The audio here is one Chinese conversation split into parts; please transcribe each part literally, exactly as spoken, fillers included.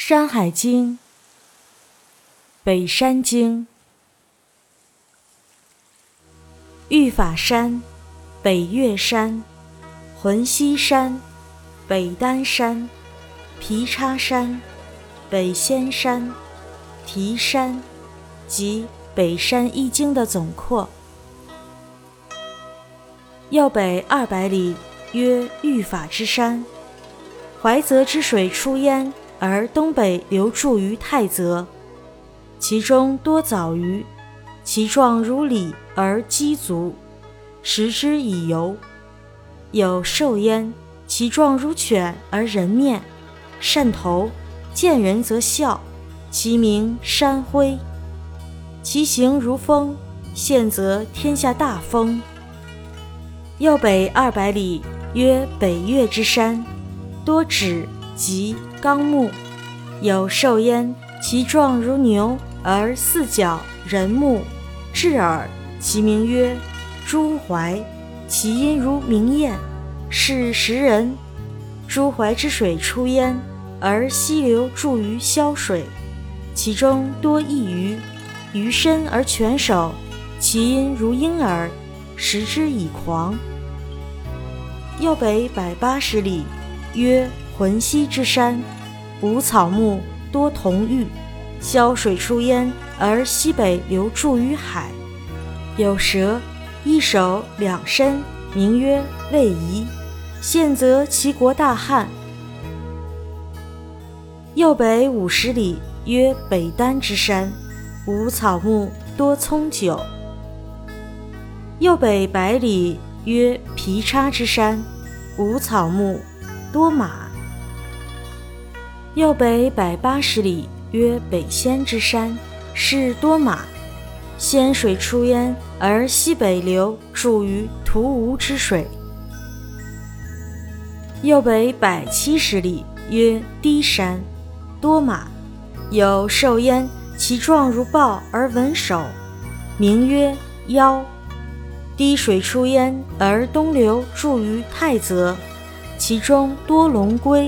山海经，北山经。玉法山，北岳山，浑溪山，北丹山，毗叉山，北仙山，提山，即北山一经的总括。右北二百里，曰玉法之山。怀泽之水出焉，而东北流注于太泽，其中多藻鱼，其状如鲤而鸡足，食之以游。有兽焉，其状如犬而人面，善头，见人则笑，其名山灰。其形如风，现则天下大风。右北二百里，曰北岳之山，多枳及纲木，有兽焉，其状如牛，而四角人目，雉耳，其名曰朱怀，其音如鸣雁，是食人。朱怀之水出焉，而溪流注于潇水，其中多异鱼，鱼身而犬首，其音如婴儿，食之以狂。右北百八十里，曰浑溪之山，无草木，多铜玉，潇水出焉，而西北流注于海。有蛇，一手两身，名曰卫夷，现则齐国大旱。右北五十里，曰北丹之山，无草木，多葱韭。右北百里，曰毗叉之山，无草木，多马。右北百八十里，曰北仙之山，是多马，仙水出焉，而西北流注于图吴之水。右北百七十里，曰低山，多马，有兽焉，其状如豹而文首，名曰妖。滴水出焉，而东流注于太泽，其中多龙龟。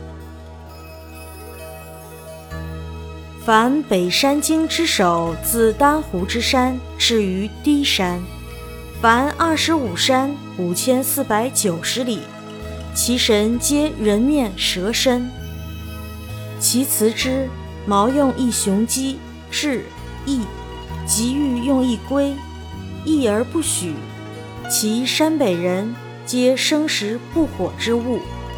凡北山经之首，自丹湖之山至于低山，凡二十五山五千四百九十里，其神皆人面蛇身。其辞之，毛用一雄鸡，雉、翼，及玉用一龟，异而不许，其山北人皆生食不火之物。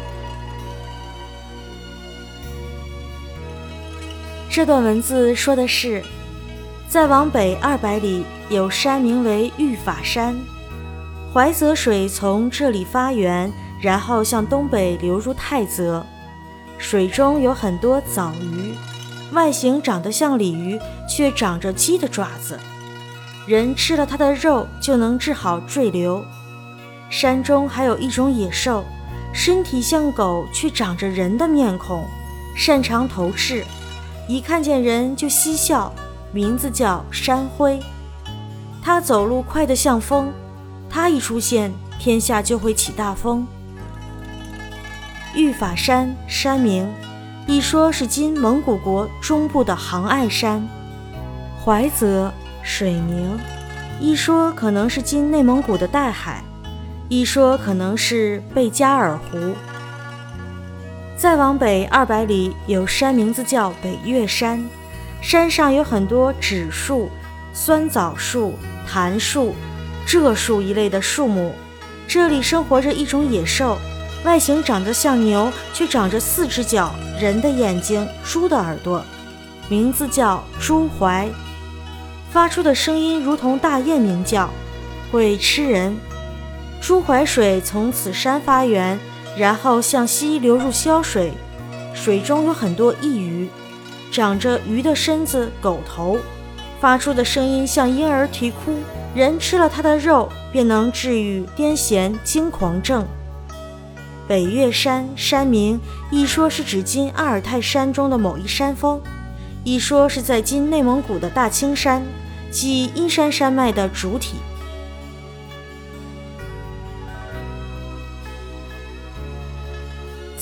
这段文字说的是，再往北二百里有山名为玉法山，怀泽水从这里发源，然后向东北流入太泽，水中有很多藻鱼，外形长得像鲤鱼，却长着鸡的爪子，人吃了它的肉就能治好坠流。山中还有一种野兽，身体像狗，却长着人的面孔，擅长投掷，一看见人就嬉笑，名字叫山灰。它走路快得像风，它一出现，天下就会起大风。玉法山山名，一说是今蒙古国中部的杭爱山。怀泽水名，一说可能是今内蒙古的岱海，一说可能是贝加尔湖。再往北二百里有山名字叫北岳山，山上有很多枳树、酸枣树、檀树、柘树一类的树木，这里生活着一种野兽，外形长得像牛，却长着四只脚，人的眼睛，猪的耳朵，名字叫朱怀，发出的声音如同大雁鸣叫，会吃人。朱怀水从此山发源，然后向西流入潇水，水中有很多异鱼，长着鱼的身子，狗头，发出的声音像婴儿啼哭，人吃了它的肉便能治愈癫痫惊狂症。北岳山山名，一说是指今阿尔泰山中的某一山峰，一说是在今内蒙古的大青山，即阴山山脉的主体。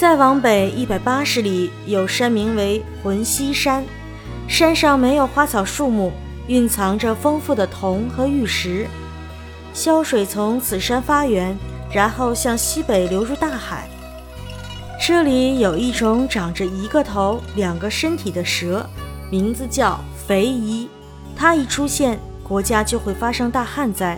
再往北一百八十里，有山名为浑溪山，山上没有花草树木，蕴藏着丰富的铜和玉石。潇水从此山发源，然后向西北流入大海。这里有一种长着一个头两个身体的蛇，名字叫肥夷，它一出现，国家就会发生大旱灾。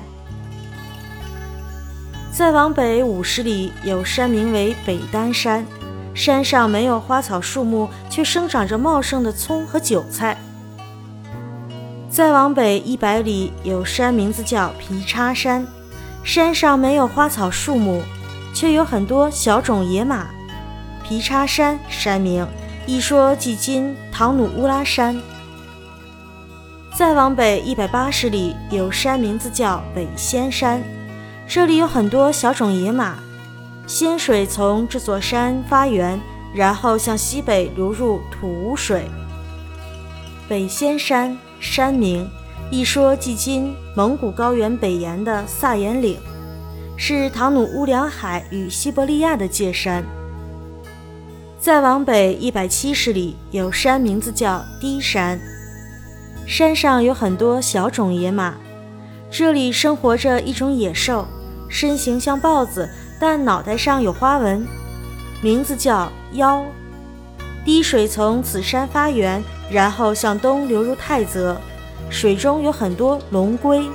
再往北五十里，有山名为北丹山，山上没有花草树木，却生长着茂盛的葱和韭菜。再往北一百里，有山名字叫皮叉山，山上没有花草树木，却有很多小种野马。皮叉山山名，一说即今唐努乌拉山。再往北一百八十里，有山名字叫北仙山，这里有很多小种野马。仙水从这座山发源，然后向西北流入土污水。北仙山山名，一说即今蒙古高原北沿的萨岩岭，是唐努乌梁海与西伯利亚的界山。再往北一百七十里，有山名字叫低山，山上有很多小种野马。这里生活着一种野兽，身形像豹子，但脑袋上有花纹，名字叫妖。滴水从此山发源，然后向东流入太泽，水中有很多龙龟。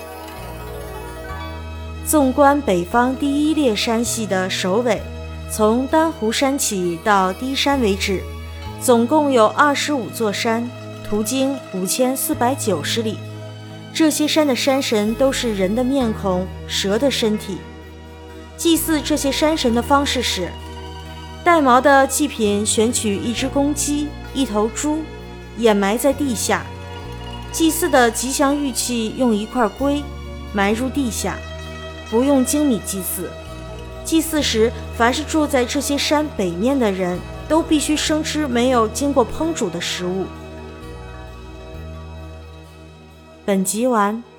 纵观北方第一列山系的首尾，从丹湖山起到低山为止，总共有二十五座山，途经五千四百九十里。这些山的山神都是人的面孔，蛇的身体。祭祀这些山神的方式是：带毛的祭品选取一只公鸡、一头猪，掩埋在地下。祭祀的吉祥玉器用一块龟，埋入地下，不用精米祭祀。祭祀时，凡是住在这些山北面的人都必须生吃没有经过烹煮的食物。本集完。